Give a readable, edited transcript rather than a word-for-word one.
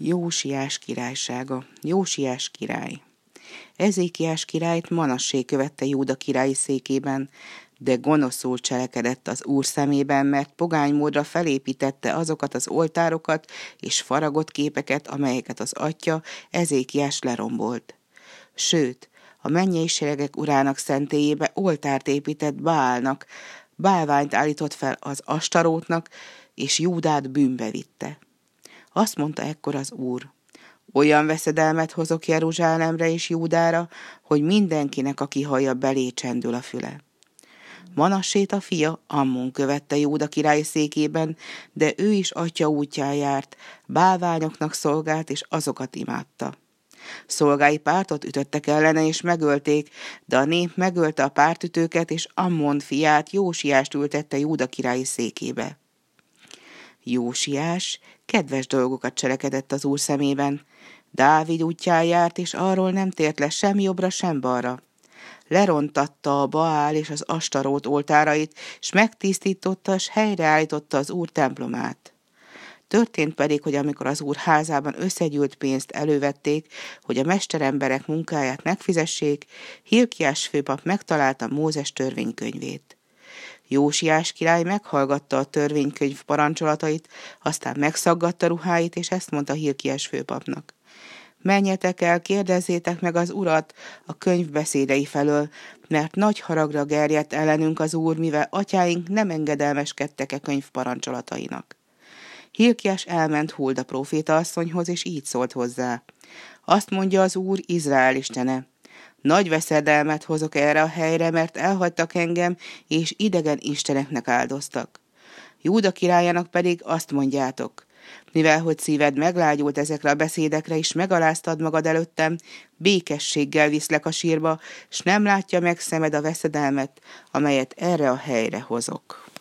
Jósiás királysága. Jósiás király. Ezékiás királyt Manassé követte Júda királyi székében, de gonoszul cselekedett az Úr szemében, mert pogány módra felépítette azokat az oltárokat és faragott képeket, amelyeket az atya Ezékiás lerombolt. Sőt, a mennyei seregek urának szentélyébe oltárt épített Baálnak, bálványt állított fel az Astarótnak, és Júdát bűnbe vitte. Azt mondta ekkor az Úr: olyan veszedelmet hozok Jeruzsálemre és Júdára, hogy mindenkinek, aki hallja, belé csendül a füle. Manassét a fia Ammon követte Júda király székében, de ő is atya útján járt, bálványoknak szolgált, és azokat imádta. Szolgái pártot ütöttek ellene, és megölték, de a nép megölte a pártütőket, és Ammon fiát, Jósiást ültette Júda királyi székébe. Jósiás kedves dolgokat cselekedett az Úr szemében. Dávid útján járt, és arról nem tért le sem jobbra, sem balra. Lerontatta a Baál és az Astarót oltárait, s megtisztította, s helyreállította az Úr templomát. Történt pedig, hogy amikor az Úr házában összegyűlt pénzt elővették, hogy a mesteremberek munkáját megfizessék, Hilkiás főpap megtalálta Mózes törvénykönyvét. Jósiás király meghallgatta a törvénykönyv parancsolatait, aztán megszaggatta ruháit, és ezt mondta Hilkiás főpapnak: menjetek el, kérdezzétek meg az Urat a könyv beszédei felől, mert nagy haragra gerjedt ellenünk az Úr, mivel atyáink nem engedelmeskedtek könyv parancsolatainak. Hilkiás elment Hulda próféta asszonyhoz, és így szólt hozzá: azt mondja az Úr, Izrael istene: nagy veszedelmet hozok erre a helyre, mert elhagytak engem, és idegen isteneknek áldoztak. Júda királyának pedig azt mondjátok: mivel hogy szíved meglágyult ezekre a beszédekre, és megaláztad magad előttem, békességgel viszlek a sírba, s nem látja meg szemed a veszedelmet, amelyet erre a helyre hozok.